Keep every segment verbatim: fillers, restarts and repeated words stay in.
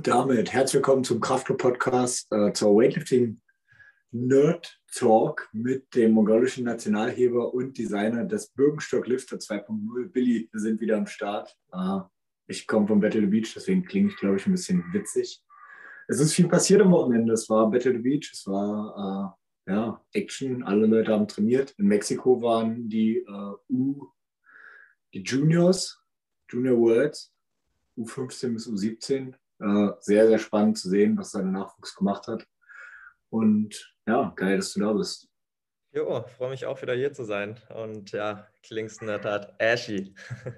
Und damit herzlich willkommen zum Kraftclub-Podcast, äh, zur Weightlifting Nerd Talk mit dem mongolischen Nationalheber und Designer des Birkenstock Lifter zwei Punkt null. Billy, wir sind wieder am Start. Äh, ich komme von Battle the Beach, deswegen klinge ich, glaube ich, ein bisschen witzig. Es ist viel passiert am Wochenende. Es war Battle the Beach, es war äh, ja, Action, alle Leute haben trainiert. In Mexiko waren die äh, U, die Juniors, Junior Worlds, U fünfzehn bis U siebzehn. Äh, sehr, sehr spannend zu sehen, was sein Nachwuchs gemacht hat. Und ja, geil, dass du da bist. Jo, freue mich auch wieder hier zu sein. Und ja, klingst in der Tat ashy.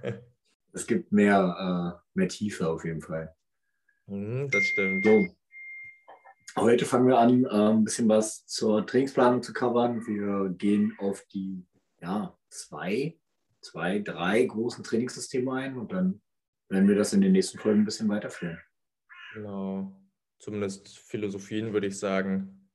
Es gibt mehr, äh, mehr Tiefe auf jeden Fall. Mhm, das stimmt. So, heute fangen wir an, äh, ein bisschen was zur Trainingsplanung zu covern. Wir gehen auf die ja, zwei, zwei, drei großen Trainingssysteme ein und dann werden wir das in den nächsten Folgen ein bisschen weiterführen. Genau. Zumindest Philosophien würde ich sagen.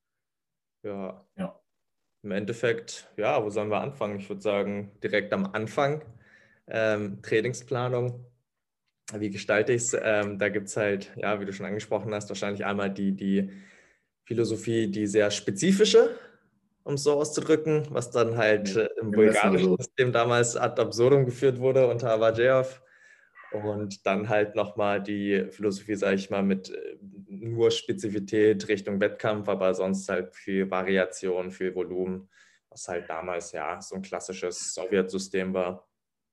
Ja. Ja. Im Endeffekt, ja, wo sollen wir anfangen? Ich würde sagen, direkt am Anfang. Ähm, Trainingsplanung. Wie gestalte ich es? Ähm, da gibt es halt, ja, wie du schon angesprochen hast, wahrscheinlich einmal die, die Philosophie, die sehr spezifische, um es so auszudrücken, was dann halt Ja, äh, im ja, bulgarischen so. System damals ad absurdum geführt wurde unter Avajev. Und dann halt nochmal die Philosophie, sage ich mal, mit nur Spezifität Richtung Wettkampf, aber sonst halt viel Variation, viel Volumen, was halt damals ja so ein klassisches Sowjetsystem war.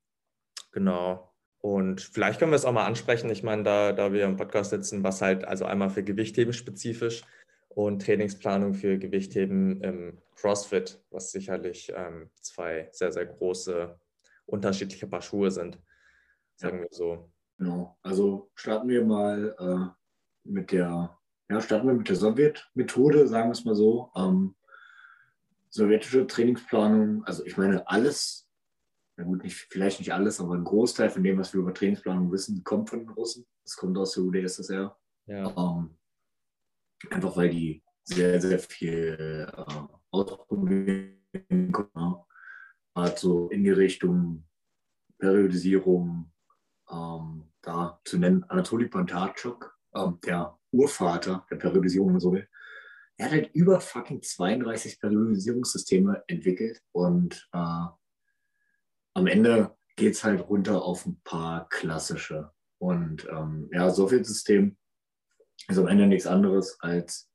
Genau. Und vielleicht können wir es auch mal ansprechen. Ich meine, da, da wir im Podcast sitzen, was halt also einmal für Gewichtheben spezifisch und Trainingsplanung für Gewichtheben im CrossFit, was sicherlich ähm, zwei sehr, sehr große unterschiedliche Paar Schuhe sind. Sagen wir so. Genau. Also starten wir mal äh, mit der, ja, starten wir mit der Sowjet-Methode, sagen wir es mal so. Ähm, sowjetische Trainingsplanung, also ich meine, alles, na gut, nicht, vielleicht nicht alles, aber ein Großteil von dem, was wir über Trainingsplanung wissen, kommt von den Russen. Es kommt aus der U d S S R. Ja. Ähm, einfach weil die sehr, sehr viel äh, ausprobieren können. Also in die Richtung Periodisierung, ähm, da zu nennen, Anatoli Bondarchuk, ähm, der Urvater der Periodisierung, wenn man so will. Er hat halt über fucking zweiunddreißig Periodisierungssysteme entwickelt und äh, am Ende geht es halt runter auf ein paar klassische. Und ähm, ja, Sowjetsystem ist am Ende nichts anderes, als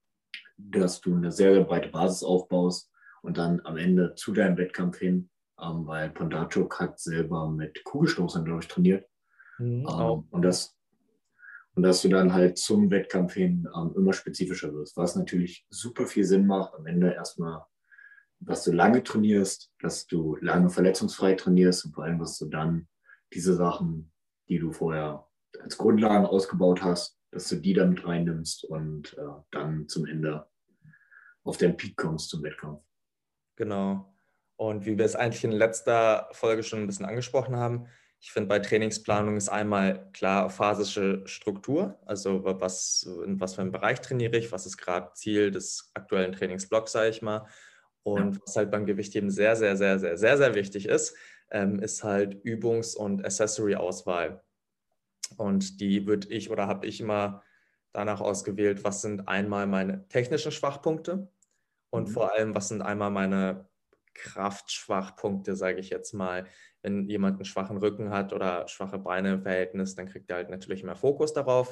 dass du eine sehr, sehr breite Basis aufbaust und dann am Ende zu deinem Wettkampf hin, ähm, weil Bondarchuk hat selber mit Kugelstoßern, glaube ich, trainiert. Mhm, ähm, und, das, und dass du dann halt zum Wettkampf hin ähm, immer spezifischer wirst, was natürlich super viel Sinn macht. Am Ende erstmal, dass du lange trainierst, dass du lange verletzungsfrei trainierst und vor allem, dass du dann diese Sachen, die du vorher als Grundlagen ausgebaut hast, dass du die dann mit reinnimmst und äh, dann zum Ende auf den Peak kommst zum Wettkampf. Genau. Und wie wir es eigentlich in letzter Folge schon ein bisschen angesprochen haben, ich finde, bei Trainingsplanung ist einmal klar phasische Struktur, also was, in was für einem Bereich trainiere ich, was ist gerade Ziel des aktuellen Trainingsblocks, sage ich mal. Und ja. Was halt beim Gewichtheben sehr, sehr, sehr, sehr, sehr, sehr wichtig ist, ähm, ist halt Übungs- und Accessory-Auswahl. Und die würde ich oder habe ich immer danach ausgewählt, was sind einmal meine technischen Schwachpunkte und mhm. vor allem, was sind einmal meine Kraftschwachpunkte, sage ich jetzt mal. Wenn jemand einen schwachen Rücken hat oder schwache Beine im Verhältnis, dann kriegt er halt natürlich mehr Fokus darauf.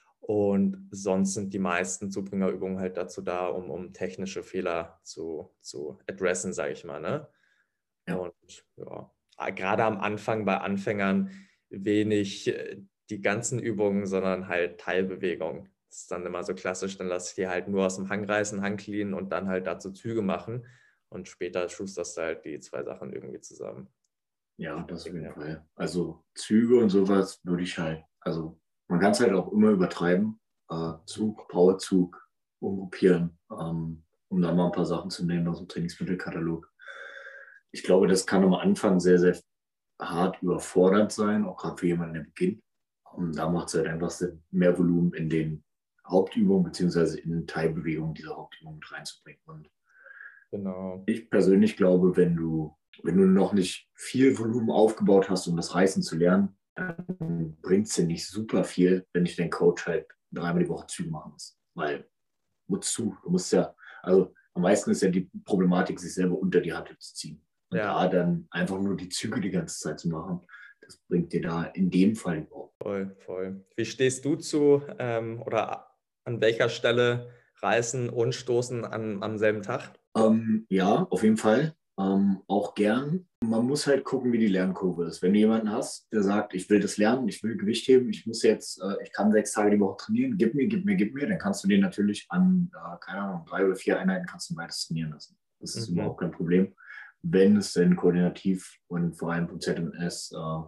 Und sonst sind die meisten Zubringerübungen halt dazu da, um, um technische Fehler zu, zu adressen, sage ich mal. Ne? Ja. Und ja, gerade am Anfang bei Anfängern wenig die ganzen Übungen, sondern halt Teilbewegungen. Das ist dann immer so klassisch, dann lasse ich die halt nur aus dem Hang reißen, Hang cleanen und dann halt dazu Züge machen. Und später schusterst du halt die zwei Sachen irgendwie zusammen. Ja, das auf jeden Fall. Also Züge und sowas würde ich halt, also man kann es halt auch immer übertreiben. Äh, Zug, Powerzug, umgruppieren, ähm, um da mal ein paar Sachen zu nehmen aus dem Trainingsmittelkatalog. Ich glaube, das kann am Anfang sehr, sehr hart überfordernd sein, auch gerade für jemanden, der beginnt. Und da macht es halt einfach Sinn, mehr Volumen in den Hauptübungen beziehungsweise in den Teilbewegungen dieser Hauptübungen mit reinzubringen. Und genau. Ich persönlich glaube, wenn du, wenn du noch nicht viel Volumen aufgebaut hast, um das Reißen zu lernen, dann bringt es dir nicht super viel, wenn dich dein Coach halt dreimal die Woche Züge machen musst. Weil, wozu? Du musst ja, also am meisten ist ja die Problematik, sich selber unter die Hand zu ziehen. Und Ja. da dann einfach nur die Züge die ganze Zeit zu machen, das bringt dir da in dem Fall überhaupt. Voll, voll. Wie stehst du zu ähm, oder an welcher Stelle Reißen und Stoßen an, am selben Tag? Ähm, ja, auf jeden Fall. Ähm, auch gern. Man muss halt gucken, wie die Lernkurve ist. Wenn du jemanden hast, der sagt, ich will das lernen, ich will Gewicht heben, ich muss jetzt, äh, ich kann sechs Tage die Woche trainieren, gib mir, gib mir, gib mir, dann kannst du den natürlich an, äh, keine Ahnung, drei oder vier Einheiten kannst du beides trainieren lassen. Das ist Mhm. überhaupt kein Problem, wenn es denn koordinativ und vor allem vom Z M S äh,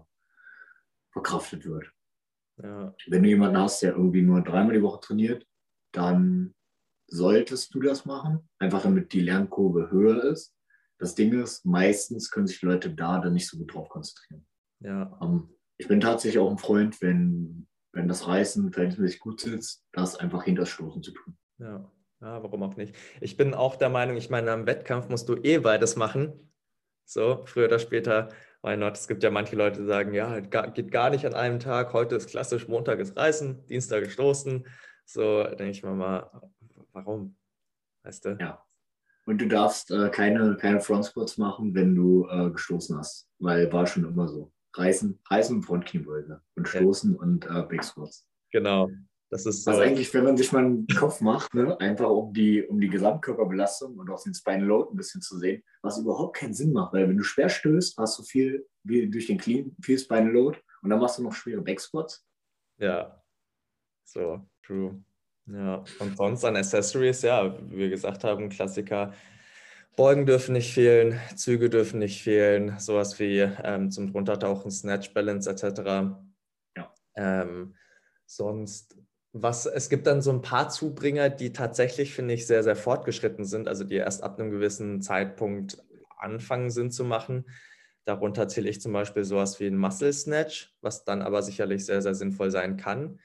verkraftet wird. Ja. Wenn du jemanden hast, der irgendwie nur dreimal die Woche trainiert, dann solltest du das machen, einfach damit die Lernkurve höher ist. Das Ding ist, meistens können sich Leute da dann nicht so gut drauf konzentrieren. Ja. Um, ich bin tatsächlich auch ein Freund, wenn, wenn das Reißen verhältnismäßig gut sitzt, das einfach hinter das Stoßen zu tun. Ja. Ja, warum auch nicht? Ich bin auch der Meinung, ich meine, am Wettkampf musst du eh beides machen. So, früher oder später, why not? Es gibt ja manche Leute, die sagen, ja, geht gar nicht an einem Tag. Heute ist klassisch, Montag ist Reißen, Dienstag ist Stoßen. So denke ich mir mal, warum? Weißt du? Ja. Und du darfst äh, keine, keine Front Squats machen, wenn du äh, gestoßen hast, weil war schon immer so. Reißen, Reißen und Frontkniebeuge und Stoßen ja. und äh, Big Squats. Genau. Das ist so. Also eigentlich, wenn man sich mal einen Kopf macht, ne, einfach um die, um die Gesamtkörperbelastung und auch den Spinal Load ein bisschen zu sehen, was überhaupt keinen Sinn macht, weil wenn du schwer stößt, hast du viel, wie durch den Clean, viel Spinal Load und dann machst du noch schwere Back Squats. Ja, so, true. Ja, und sonst an Accessories, ja, wie wir gesagt haben, Klassiker. Beugen dürfen nicht fehlen, Züge dürfen nicht fehlen, sowas wie ähm, zum Druntertauchen, Snatch, Balance et cetera. Ja. Ähm, sonst, was, es gibt dann so ein paar Zubringer, die tatsächlich, finde ich, sehr, sehr fortgeschritten sind, also die erst ab einem gewissen Zeitpunkt anfangen Sinn zu machen. Darunter zähle ich zum Beispiel sowas wie ein Muscle Snatch, was dann aber sicherlich sehr, sehr sinnvoll sein kann.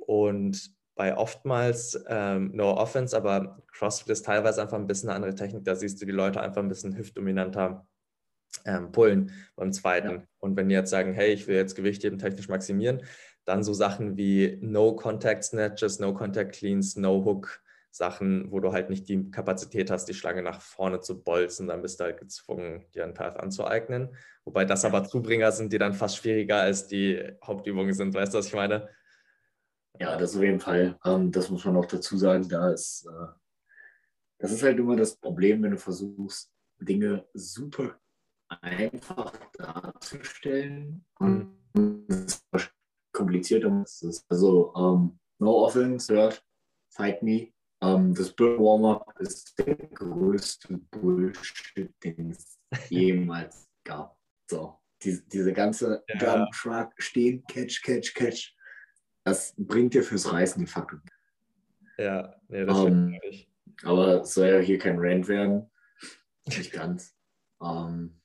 Und bei oftmals, ähm, no offense, aber CrossFit ist teilweise einfach ein bisschen eine andere Technik. Da siehst du die Leute einfach ein bisschen hüftdominanter ähm, pullen beim zweiten. Ja. Und wenn die jetzt sagen, hey, ich will jetzt Gewichtheben technisch maximieren, dann so Sachen wie No-Contact Snatches, No-Contact Cleans, No-Hook, Sachen, wo du halt nicht die Kapazität hast, die Schlange nach vorne zu bolzen, dann bist du halt gezwungen, dir einen Path anzueignen. Wobei das aber Zubringer sind, die dann fast schwieriger als die Hauptübungen sind. Weißt du, was ich meine? Ja, das auf jeden Fall. Ähm, das muss man auch dazu sagen. Da ist, äh, das ist halt immer das Problem, wenn du versuchst, Dinge super einfach darzustellen. Und es ist komplizierter. Also, um, no offense, hört, fight me. Um, das Burn Warm-Up ist der größte Bullshit, den es jemals gab. So, die, diese ganze Ja. Jump, Shrug, Stehen, Catch, Catch, Catch, das bringt dir fürs Reißen de facto. Ja, nee, das um, stimmt nicht. Aber es soll ja hier kein Rant werden. Nicht ganz. um,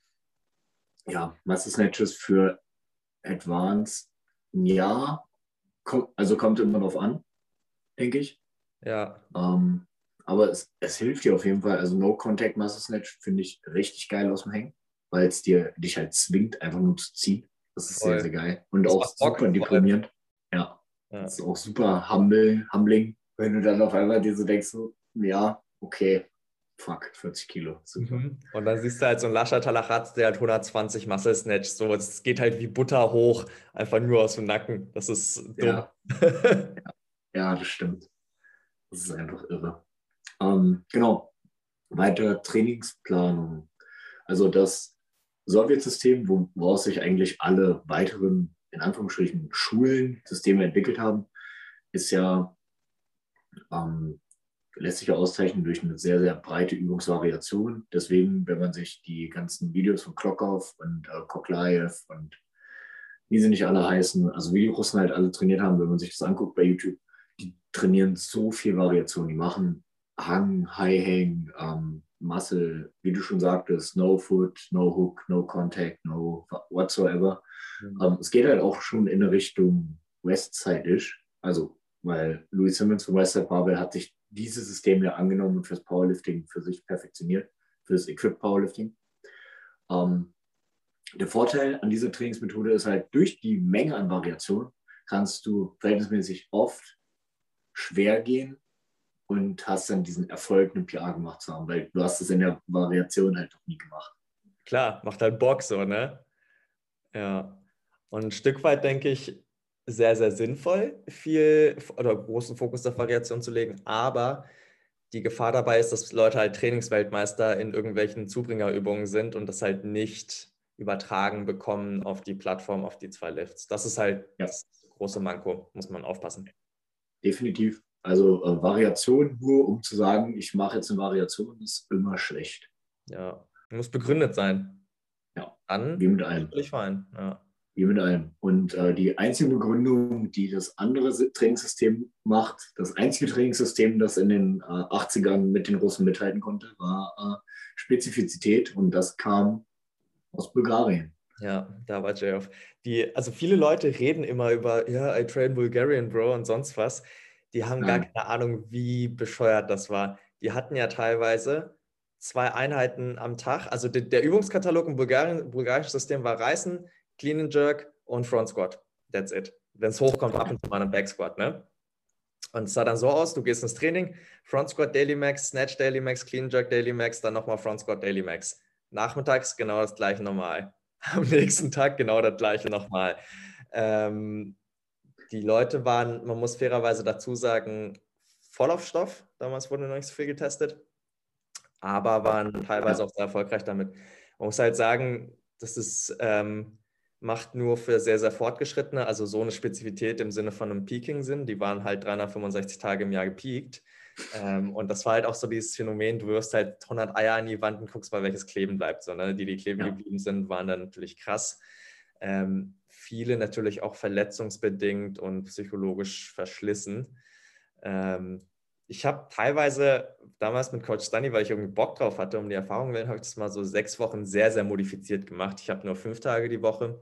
ja, Muscle Snatches für Advanced, ja, komm, also kommt immer drauf an, denke ich. Ja. Um, aber es, es hilft dir auf jeden Fall. Also No-Contact Muscle Snatch finde ich richtig geil aus dem Hängen, weil es dir dich halt zwingt, einfach nur zu ziehen. Das ist Voll. sehr, sehr geil. Und Das auch macht Bock, super deprimierend. Ja. Ja. Das ist auch super humble, humbling, wenn du dann auf einmal dir so denkst, so, ja, okay, fuck, vierzig Kilo, super. Mhm. Und dann siehst du halt so einen Lascha Talachatz, der halt hundertzwanzig Muscle Snatch, so, es geht halt wie Butter hoch, einfach nur aus dem Nacken. Das ist dumm. Ja, ja. Ja, das stimmt. Das ist einfach irre. Ähm, genau. Weitere Trainingsplanung. Also das Sowjetsystem, woraus sich eigentlich alle weiteren, in Anführungsstrichen, Schulen, Systeme entwickelt haben, ist ja, ähm, lässt sich ja auszeichnen durch eine sehr, sehr breite Übungsvariation. Deswegen, wenn man sich die ganzen Videos von Klokov und äh, Koklaev und wie sie nicht alle heißen, also wie die Russen halt alle trainiert haben, wenn man sich das anguckt bei YouTube, die trainieren so viel Variation. Die machen Hang, High Hang, ähm, Muscle, wie du schon sagtest, No Foot, No Hook, No Contact, No whatsoever. Mhm. Ähm, es geht halt auch schon in eine Richtung Westside-ish, also weil Louis Simmons von Westside Barbell hat sich dieses System ja angenommen und fürs Powerlifting für sich perfektioniert, fürs Equip Powerlifting. Ähm, der Vorteil an dieser Trainingsmethode ist halt, durch die Menge an Variationen kannst du verhältnismäßig oft schwer gehen und hast dann diesen Erfolg, eine P R gemacht zu haben, weil du hast es in der Variation halt noch nie gemacht. Klar, macht halt Bock so, ne? Ja. Und ein Stück weit denke ich, sehr, sehr sinnvoll, viel oder großen Fokus auf Variation zu legen, aber die Gefahr dabei ist, dass Leute halt Trainingsweltmeister in irgendwelchen Zubringerübungen sind und das halt nicht übertragen bekommen auf die Plattform, auf die zwei Lifts. Das ist halt Ja. das große Manko, muss man aufpassen. Definitiv. Also äh, Variation, nur um zu sagen, ich mache jetzt eine Variation, ist immer schlecht. Ja, muss begründet sein. Ja, Dann wie mit allem. völlig fein. Ja. Wie mit allem. Und äh, die einzige Begründung, die das andere Trainingssystem macht, das einzige Trainingssystem, das in den äh, achtzigern mit den Russen mithalten konnte, war äh, Spezifizität und das kam aus Bulgarien. Ja, da war J F. Die, also viele Leute reden immer über, ja, I train Bulgarian, Bro und sonst was. Die haben gar Nein. keine Ahnung, wie bescheuert das war. Die hatten ja teilweise zwei Einheiten am Tag. Also der, der Übungskatalog im Bulgarien, bulgarischen System war Reißen, Clean and Jerk und Front Squat. That's it. Wenn es hochkommt, ab und zu mal ein Back Squat, ne? Und es sah dann so aus, du gehst ins Training, Front Squat Daily Max, Snatch Daily Max, Clean Jerk Daily Max, dann nochmal Front Squat Daily Max. Nachmittags genau das gleiche nochmal. Am nächsten Tag genau das gleiche nochmal. Ähm, die Leute waren, man muss fairerweise dazu sagen, voll auf Stoff. Damals wurde noch nicht so viel getestet, aber waren teilweise auch sehr erfolgreich damit. Man muss halt sagen, das ist, ähm, macht nur für sehr, sehr Fortgeschrittene, also so eine Spezifität im Sinne von einem Peaking-Sinn. Die waren halt dreihundertfünfundsechzig Tage im Jahr gepeakt. Ähm, und das war halt auch so dieses Phänomen, du wirfst halt hundert Eier an die Wand und guckst mal, welches kleben bleibt. So, ne? Die, die kleben Ja. geblieben sind, waren dann natürlich krass. Ähm, viele natürlich auch verletzungsbedingt und psychologisch verschlissen. Ähm, ich habe teilweise damals mit Coach Stanley, weil ich irgendwie Bock drauf hatte, um die Erfahrung willen, habe ich das mal so sechs Wochen sehr, sehr modifiziert gemacht. Ich habe nur fünf Tage die Woche.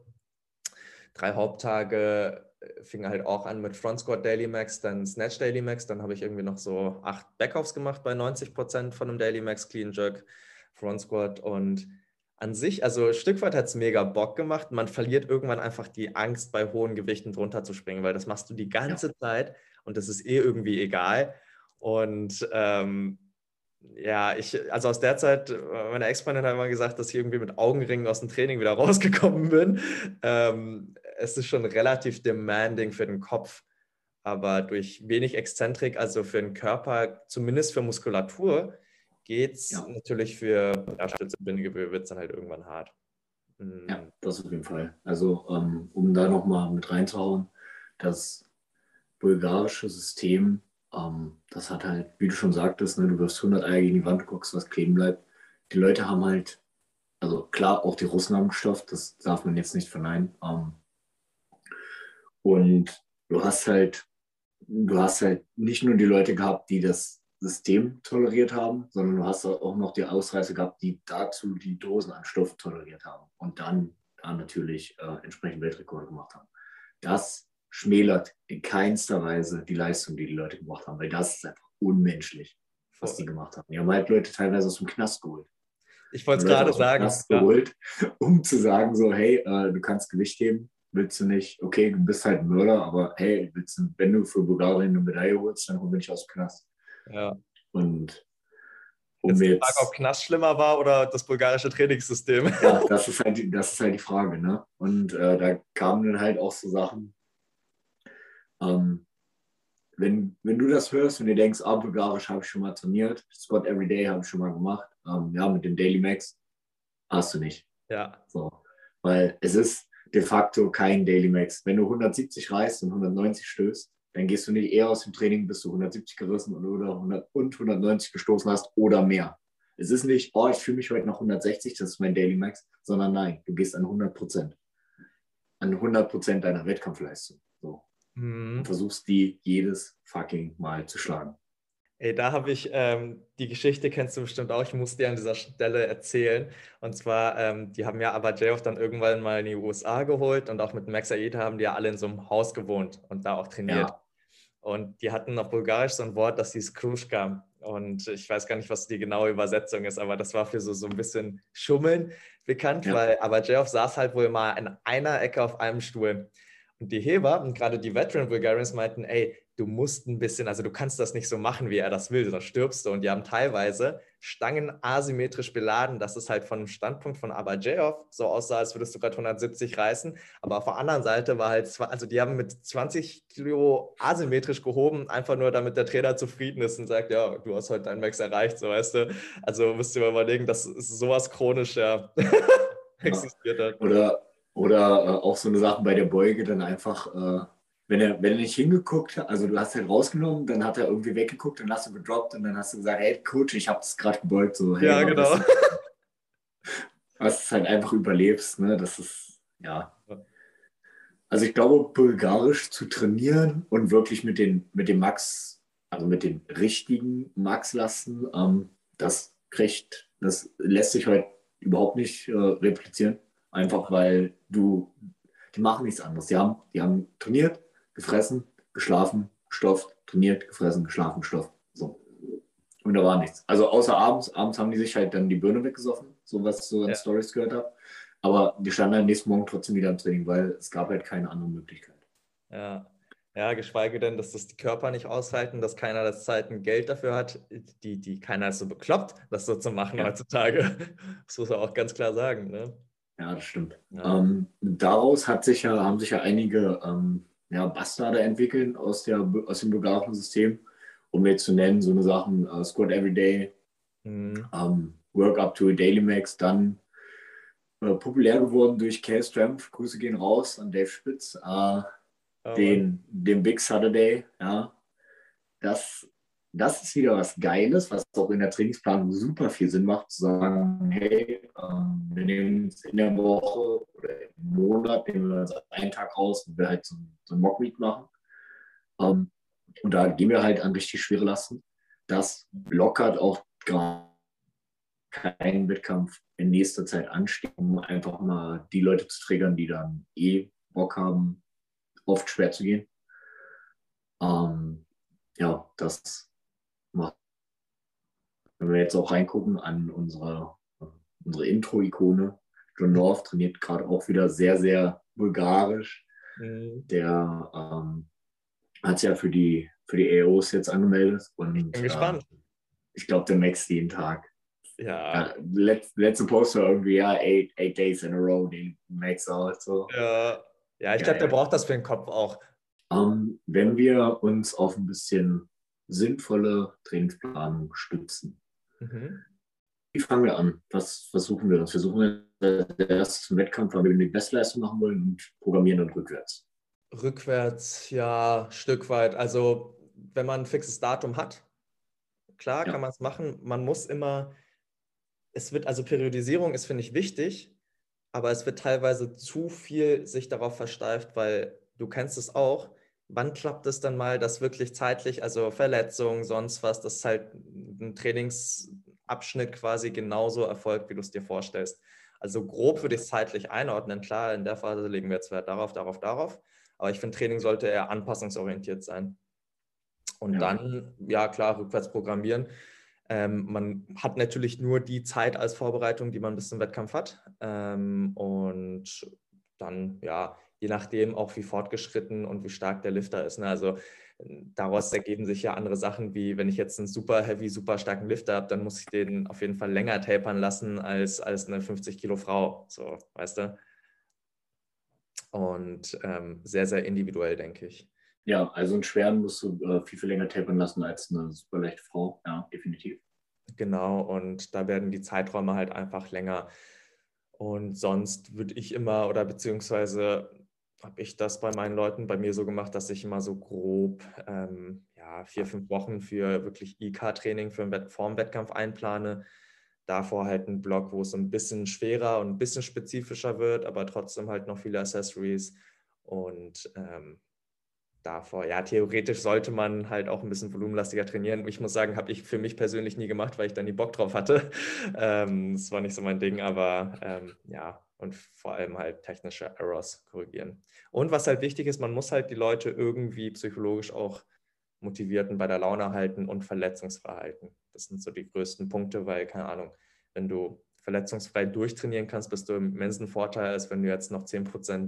Drei Haupttage fing halt auch an mit Front Squat Daily Max, dann Snatch Daily Max, dann habe ich irgendwie noch so acht Backoffs gemacht bei neunzig Prozent von einem Daily Max Clean Jerk Front Squat und an sich, also ein Stück weit hat es mega Bock gemacht. Man verliert irgendwann einfach die Angst, bei hohen Gewichten drunter zu springen, weil das machst du die ganze ja. Zeit und das ist eh irgendwie egal. Und ähm, ja, ich, also aus der Zeit, meine Ex-Freundin hat immer gesagt, dass ich irgendwie mit Augenringen aus dem Training wieder rausgekommen bin. Ähm, es ist schon relativ demanding für den Kopf, aber durch wenig Exzentrik, also für den Körper, zumindest für Muskulatur, geht es ja. natürlich für ja, Stütze, Bindegewebe, wird es dann halt irgendwann hart. Mhm. Ja, das auf jeden Fall. Also ähm, um da nochmal mit reinzuhauen, das bulgarische System, ähm, das hat halt, wie du schon sagtest, ne, du wirfst hundert Eier gegen die Wand, guckst, was kleben bleibt. Die Leute haben halt, also klar, auch die Russen haben gestofft, das darf man jetzt nicht verneinen. Ähm, und du hast halt, du hast halt nicht nur die Leute gehabt, die das System toleriert haben, sondern du hast auch noch die Ausreißer gehabt, die dazu die Dosen an Stoff toleriert haben und dann, dann natürlich äh, entsprechend Weltrekorde gemacht haben. Das schmälert in keinster Weise die Leistung, die die Leute gemacht haben, weil das ist einfach unmenschlich, was die gemacht haben. Die haben halt Leute teilweise aus dem Knast geholt. Ich wollte es gerade sagen. Knast ja. geholt, um zu sagen so, hey, äh, du kannst Gewicht heben, willst du nicht, okay, du bist halt ein Mörder, aber hey, willst du, wenn du für Bulgarien eine Medaille holst, dann hol mich aus dem Knast. Ja. Und um jetzt die jetzt, Frage, ob Knast schlimmer war oder das bulgarische Trainingssystem. Ja, das ist halt, das ist halt die Frage, ne? Und äh, da kamen dann halt auch so Sachen, ähm, wenn, wenn du das hörst und dir denkst, ah, bulgarisch habe ich schon mal trainiert, Squat Everyday habe ich schon mal gemacht, ähm, ja, mit dem Daily Max, hast du nicht. Ja. So. Weil es ist de facto kein Daily Max. Wenn du hundertsiebzig reißt und hundertneunzig stößt, dann gehst du nicht eher aus dem Training, bis du hundertsiebzig gerissen oder hundert und hundertneunzig gestoßen hast oder mehr. Es ist nicht, oh, ich fühle mich heute noch hundertsechzig, das ist mein Daily Max, sondern nein, du gehst an hundert Prozent. An hundert Prozent deiner Wettkampfleistung. So. Mhm. Und versuchst die jedes fucking Mal zu schlagen. Ey, da habe ich, ähm, die Geschichte kennst du bestimmt auch, ich muss dir an dieser Stelle erzählen. Und zwar, ähm, die haben ja aber J-Off dann irgendwann mal in die U S A geholt und auch mit Max Aida haben die ja alle in so einem Haus gewohnt und da auch trainiert. Ja. Und die hatten auf Bulgarisch so ein Wort, das hieß Kruschka. Und ich weiß gar nicht, was die genaue Übersetzung ist, aber das war für so, so ein bisschen Schummeln bekannt, ja. weil aber J-Off saß halt wohl mal in einer Ecke auf einem Stuhl. Und die Heber und gerade die Veteran Bulgarians meinten, ey, du musst ein bisschen, also du kannst das nicht so machen, wie er das will, sonst stirbst du. Und die haben teilweise Stangen asymmetrisch beladen, dass es halt von dem Standpunkt von Abajev so aussah, als würdest du gerade hundertsiebzig reißen. Aber auf der anderen Seite war halt, also die haben mit zwanzig Kilo asymmetrisch gehoben, einfach nur damit der Trainer zufrieden ist und sagt, ja, du hast heute deinen Max erreicht, so weißt du. Also müsst ihr mal überlegen, dass sowas chronisch ja Ja. existiert hat. Oder, oder äh, auch so eine Sache bei der Beuge, dann einfach, äh, wenn er, wenn er nicht hingeguckt hat, also du hast halt rausgenommen, dann hat er irgendwie weggeguckt, dann hast du gedroppt und dann hast du gesagt, hey Coach, ich habe das gerade gebeugt, so, hey, Ja, war genau. besser. Was es halt einfach überlebst, ne? Das ist, ja. Also ich glaube, bulgarisch zu trainieren und wirklich mit den, mit dem Max, also mit den richtigen Max-Lasten, ähm, das kriegt, das lässt sich heute überhaupt nicht äh, replizieren. Einfach weil du, die machen nichts anderes. Die haben, die haben trainiert, gefressen, geschlafen, gestofft, trainiert, gefressen, geschlafen, gestofft. So. Und da war nichts. Also außer abends, abends haben die sich halt dann die Birne weggesoffen, so was ich so an Ja. Stories gehört habe. Aber die standen am nächsten Morgen trotzdem wieder im Training, weil es gab halt keine andere Möglichkeit. Ja. Ja, geschweige denn, dass das die Körper nicht aushalten, dass keiner das Zeiten Geld dafür hat, die, die keiner ist so bekloppt, das so zu machen Ja, heutzutage. Das muss man auch ganz klar sagen. Ne? ja, das stimmt. Ja. Ähm, daraus hat sich ja, haben sich ja einige ähm, ja, Bastarde entwickelt aus, der, aus dem bulgarischen System, um jetzt zu nennen, so eine Sachen, äh, Squat Every Day, Mhm. ähm, Work Up to a Daily Max, dann äh, populär geworden durch K-Strength, Grüße gehen raus an Dave Spitz, äh, Oh Mann. den, den Big Saturday, ja, das, das ist wieder was Geiles, was auch in der Trainingsplanung super viel Sinn macht, zu sagen, hey, ähm, wir nehmen uns in der Woche oder im Monat, nehmen wir uns einen Tag raus, wo wir halt so, so ein Mock-Meet machen. Ähm, und da gehen wir halt an richtig schwere Lasten. Das lockert auch gerade keinen Wettkampf in nächster Zeit ansteht, um einfach mal die Leute zu triggern, die dann eh Bock haben, oft schwer zu gehen. Ähm, ja, das macht, wenn wir jetzt auch reingucken an unsere, unsere Intro-Ikone, John North trainiert gerade auch wieder sehr, sehr bulgarisch. Mhm. Der ähm, hat sich ja für die, für die A Os jetzt angemeldet Ich bin und äh, gespannt. ich glaube, der maxt jeden Tag. Ja, Ja, let, letzte Post war irgendwie, ja, eight, eight days in a row, den max out. So. ja. Ja, ich glaube, der Geil. braucht das für den Kopf auch. Ähm, wenn wir uns auf ein bisschen sinnvolle Trainingsplanung stützen, Mhm. wie fangen wir an? Was versuchen wir uns? Wir suchen erst zum Wettkampf, weil wir die Bestleistung machen wollen und programmieren dann rückwärts. Rückwärts, ja, Stück weit. Also, wenn man ein fixes Datum hat, klar kann Ja, man es machen. Man muss immer, es wird, also Periodisierung ist, finde ich, wichtig, aber es wird teilweise zu viel sich darauf versteift, weil du kennst es auch. Wann klappt es dann mal, dass wirklich zeitlich, also Verletzungen, sonst was, dass halt ein Trainingsabschnitt quasi genauso erfolgt, wie du es dir vorstellst. Also grob würde ich es zeitlich einordnen. Klar, in der Phase legen wir jetzt Wert darauf, darauf, darauf. Aber ich finde, Training sollte eher anpassungsorientiert sein. Und ja, dann, ja klar, rückwärts programmieren. Ähm, man hat natürlich nur die Zeit als Vorbereitung, die man bis zum Wettkampf hat. Ähm, und dann, ja, je nachdem auch wie fortgeschritten und wie stark der Lifter ist. Ne? Also daraus ergeben sich ja andere Sachen, wie wenn ich jetzt einen super heavy, super starken Lifter habe, dann muss ich den auf jeden Fall länger tapern lassen als, als eine fünfzig Kilo Frau. So, weißt du? Und ähm, sehr, sehr individuell, denke ich. ja, also einen schweren musst du äh, viel, viel länger tapern lassen als eine super leichte Frau. Ja, definitiv. Genau, und da werden die Zeiträume halt einfach länger. Und sonst würde ich immer, oder beziehungsweise habe ich das bei meinen Leuten bei mir so gemacht, dass ich immer so grob ähm, ja, vier, fünf Wochen für wirklich I K-Training für einen vorm Wettkampf einplane. Davor halt einen Block, wo es so ein bisschen schwerer und ein bisschen spezifischer wird, aber trotzdem halt noch viele Accessories. Und ähm, davor, ja, theoretisch sollte man halt auch ein bisschen volumenlastiger trainieren. Ich muss sagen, habe ich für mich persönlich nie gemacht, weil ich da nie Bock drauf hatte. Ähm, das war nicht so mein Ding, aber ähm, ja, und vor allem halt technische Errors korrigieren. Und was halt wichtig ist, man muss halt die Leute irgendwie psychologisch auch motiviert und bei der Laune halten und verletzungsfrei halten. Das sind so die größten Punkte, weil, keine Ahnung, wenn du verletzungsfrei durchtrainieren kannst, bist du im immensen Vorteil, als wenn du jetzt noch zehn Prozent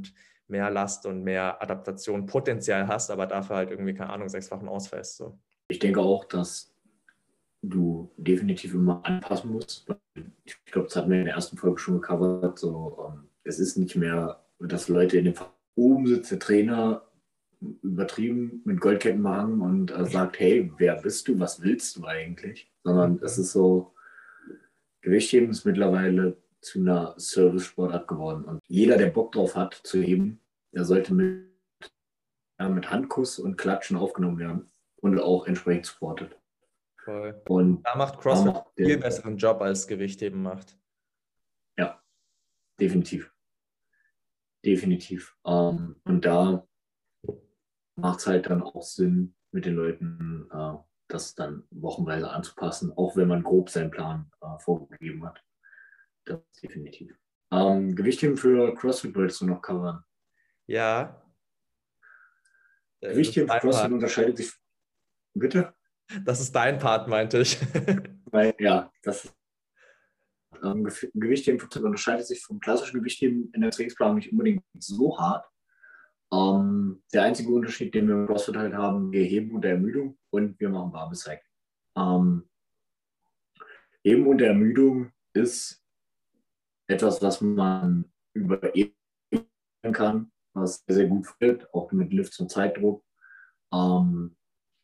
mehr Last und mehr Adaptation Potenzial hast, aber dafür halt irgendwie, keine Ahnung, sechs Wochen ausfällst. So. Ich denke auch, dass du definitiv immer anpassen musst. Ich glaube, das hatten wir in der ersten Folge schon gecovert. So, um, es ist nicht mehr, dass Leute in dem Fall oben sitzt, der Trainer übertrieben mit Goldketten behangen und äh, sagt, hey, wer bist du, was willst du eigentlich? Sondern es ist so, Gewichtheben ist mittlerweile zu einer Service-Sportart geworden. Und jeder, der Bock drauf hat zu heben, der sollte mit, ja, mit Handkuss und Klatschen aufgenommen werden und auch entsprechend supportet. Voll. Und da macht CrossFit macht einen viel besseren Job, als Gewichtheben macht. Ja, definitiv. Definitiv. Ähm, und da macht es halt dann auch Sinn, mit den Leuten äh, das dann wochenweise anzupassen, auch wenn man grob seinen Plan äh, vorgegeben hat. Das ist definitiv. Ähm, Gewichtheben für CrossFit wolltest du noch covern? Ja. Gewichtheben für CrossFit Part. unterscheidet sich. Bitte? Das ist dein Part, meinte ich. Weil, ja, das ist, ähm, Gewichtheben für CrossFit unterscheidet sich vom klassischen Gewichtheben in der Trainingsplanung nicht unbedingt so hart. Ähm, der einzige Unterschied, den wir im CrossFit halt haben, wir heben unter Ermüdung und wir machen Barbell-Cycle. Ähm, Heben unter Ermüdung ist etwas, was man überehren kann, was sehr, sehr gut wird, auch mit Lift und Zeitdruck. Ähm,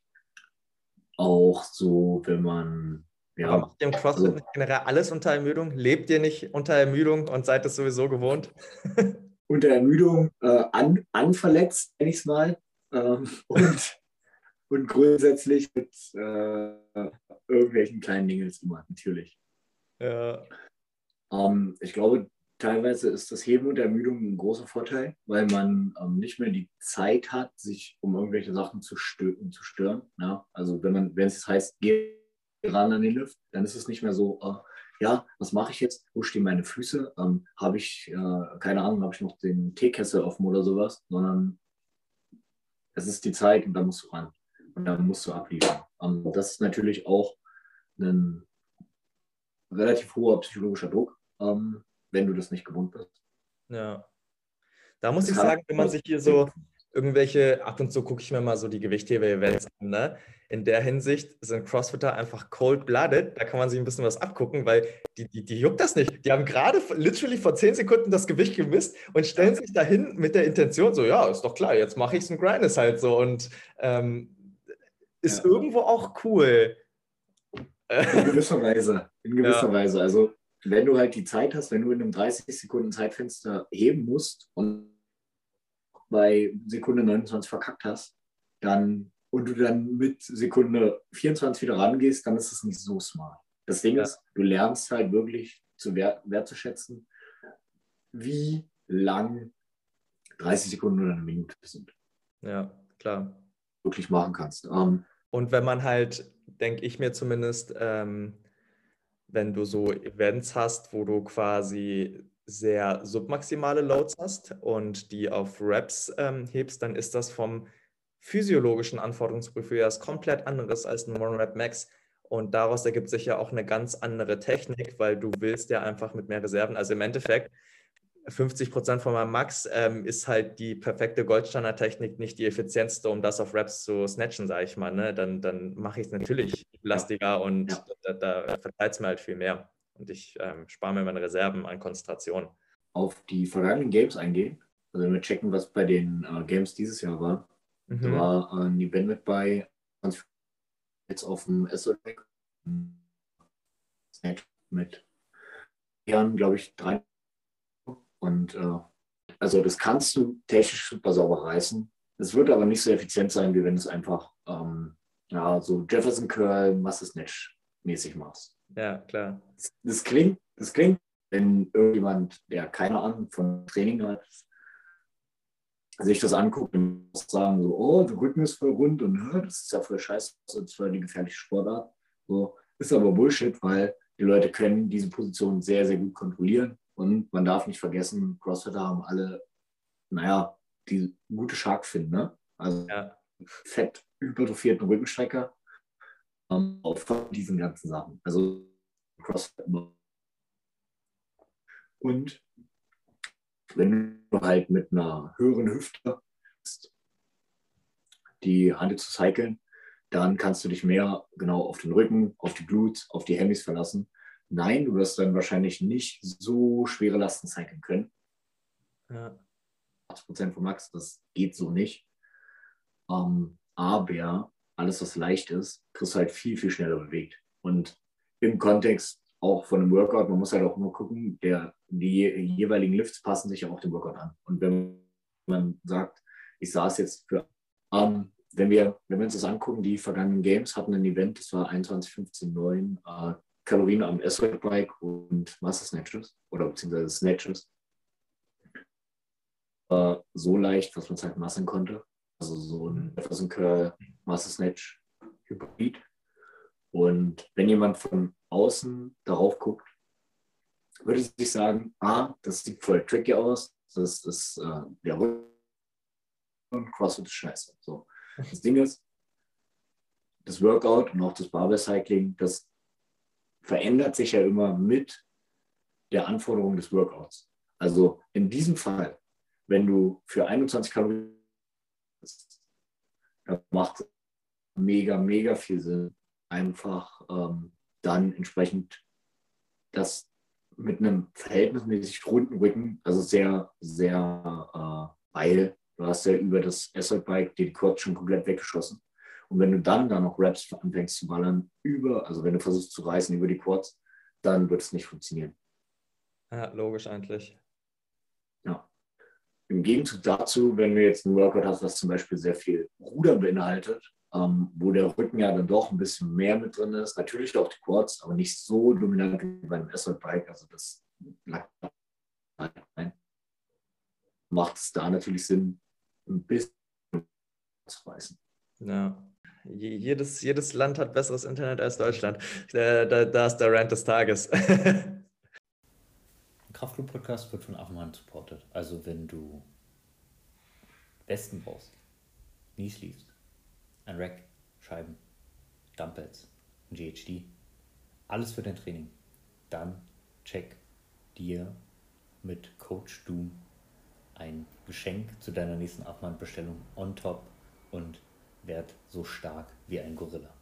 auch so, wenn man. Ja, aber macht ihr im CrossFit also, nicht generell alles unter Ermüdung? Lebt ihr nicht unter Ermüdung und seid es sowieso gewohnt? Unter Ermüdung äh, an, anverletzt, nenne ich es mal. Ähm, und, und grundsätzlich mit äh, irgendwelchen kleinen Dingen immer, natürlich. Ja. Ähm, ich glaube, teilweise ist das Heben und Ermüdung ein großer Vorteil, weil man ähm, nicht mehr die Zeit hat, sich um irgendwelche Sachen zu, stö zu stören. Ja? Also wenn man, wenn es heißt, geh ran an den Lift, dann ist es nicht mehr so, äh, ja, was mache ich jetzt? Wo stehen meine Füße? Ähm, habe ich, äh, keine Ahnung, habe ich noch den Teekessel offen oder sowas, sondern es ist die Zeit und da musst du ran. Und dann musst du abliefern. Ähm, das ist natürlich auch ein relativ hoher psychologischer Druck, ähm, wenn du das nicht gewohnt bist. Ja. Da muss Das ich kann sagen, wenn man sich hier so irgendwelche, ab und zu gucke ich mir mal so die Gewichthebe-Events an, ne? In der Hinsicht sind Crossfitter einfach cold-blooded, da kann man sich ein bisschen was abgucken, weil die, die, die juckt das nicht. Die haben gerade literally vor zehn Sekunden das Gewicht gemisst und stellen sich dahin mit der Intention so, ja, ist doch klar, jetzt mache ich es und grind es halt so und ähm, ist ja. irgendwo auch cool. In gewisser Weise. In gewisser Ja. Weise. Also, wenn du halt die Zeit hast, wenn du in einem dreißig Sekunden Zeitfenster heben musst und bei Sekunde neunundzwanzig verkackt hast, dann und du dann mit Sekunde vierundzwanzig wieder rangehst, dann ist es nicht so smart. Das Ding Ja. ist, du lernst halt wirklich zu wert, wertzuschätzen, wie lang dreißig Sekunden oder eine Minute sind. Ja, klar. Wirklich machen kannst. Ähm, Und wenn man halt, denke ich mir zumindest, ähm, wenn du so Events hast, wo du quasi sehr submaximale Loads hast und die auf Reps ähm, hebst, dann ist das vom physiologischen Anforderungsprofil ja was komplett anderes als ein One-Rep-Max. Und daraus ergibt sich ja auch eine ganz andere Technik, weil du willst ja einfach mit mehr Reserven, also im Endeffekt fünfzig Prozent von meinem Max ähm, ist halt die perfekte Goldstandard-Technik, nicht die effizienteste, um das auf Reps zu snatchen, sage ich mal. Ne? Dann, dann mache ich es natürlich lastiger und ja. da, da verteilt es mir halt viel mehr. Und ich ähm, spare mir meine Reserven an Konzentration. Auf die vergangenen Games eingehen. Also wenn wir checken, was bei den äh, Games dieses Jahr war. Mhm. Da war äh, ein Event mit bei, jetzt auf dem S O Deck mit Jahren, glaube ich, drei. Und äh, also das kannst du technisch super sauber reißen. Es wird aber nicht so effizient sein, wie wenn du es einfach ähm, ja, so Jefferson Curl, Masse Snatch mäßig machst. Ja, klar. Das, das klingt, das klingt, wenn irgendjemand, der keine Ahnung von Training hat, sich das anguckt und sagen so, oh, der Rücken ist voll rund und das ist ja voll scheiße, das ist voll die gefährliche Sportart. So, ist aber Bullshit, weil die Leute können diese Position sehr, sehr gut kontrollieren. Und man darf nicht vergessen, Crossfitter haben alle, naja, die gute Shark-Fin, ne? Also ja. fett hypertrophierten Rückenstrecker ähm, auf diesen ganzen Sachen. Also Crossfit. Und Wenn du halt mit einer höheren Hüfte die Hand zu cyclen, dann kannst du dich mehr genau auf den Rücken, auf die Glutes, auf die Hemis verlassen. Nein, du wirst dann wahrscheinlich nicht so schwere Lasten cyclen können. Ja. achtzig Prozent vom Max, das geht so nicht. Ähm, aber alles, was leicht ist, kriegst du halt viel, viel schneller bewegt. Und im Kontext auch von einem Workout, man muss halt auch immer gucken, der, die jeweiligen Lifts passen sich ja auch dem Workout an. Und wenn man sagt, ich saß jetzt für, ähm, wenn, wir, wenn wir uns das angucken, die vergangenen Games hatten ein Event, das war einundzwanzig fünfzehn neun, äh, Kalorien am S-Bike und Masse Snatches oder beziehungsweise Snatches. Äh, so leicht, dass man es halt massen konnte. Also so ein Jefferson Curl, Masse Snatch Hybrid. Und wenn jemand von außen darauf guckt, würde sich sagen, ah, das sieht voll tricky aus, das ist äh, der Rücken, CrossFit ist scheiße. So. Das Ding ist, das Workout und auch das Barbell Cycling, das verändert sich ja immer mit der Anforderung des Workouts. Also in diesem Fall, wenn du für einundzwanzig Kalorien da macht mega, mega viel Sinn, einfach ähm, dann entsprechend das mit einem verhältnismäßig runden Rücken, also sehr, sehr, äh, weil du hast ja über das Assault-Bike die Quads schon komplett weggeschossen. Und wenn du dann da noch Reps anfängst zu ballern, über, also wenn du versuchst zu reißen über die Quads, dann wird es nicht funktionieren. Ja, logisch eigentlich. Ja. Im Gegenzug dazu, wenn du jetzt ein Workout hast, was zum Beispiel sehr viel Ruder beinhaltet, ähm, wo der Rücken ja dann doch ein bisschen mehr mit drin ist, natürlich auch die Quads, aber nicht so dominant wie beim Assault-Bike, also das macht es da natürlich Sinn, ein bisschen zu reißen. Ja. Jedes, jedes Land hat besseres Internet als Deutschland. Da, da, da ist der Rant des Tages. Der Kraftclub-Podcast wird von Affenhand supported. Also wenn du Westen brauchst, Knee Sleeves, ein Rack, Scheiben, Dumbbells, ein G H D, alles für dein Training, dann check dir mit Coach Doom ein Geschenk zu deiner nächsten Affenhand-Bestellung on top und werd so stark wie ein Gorilla.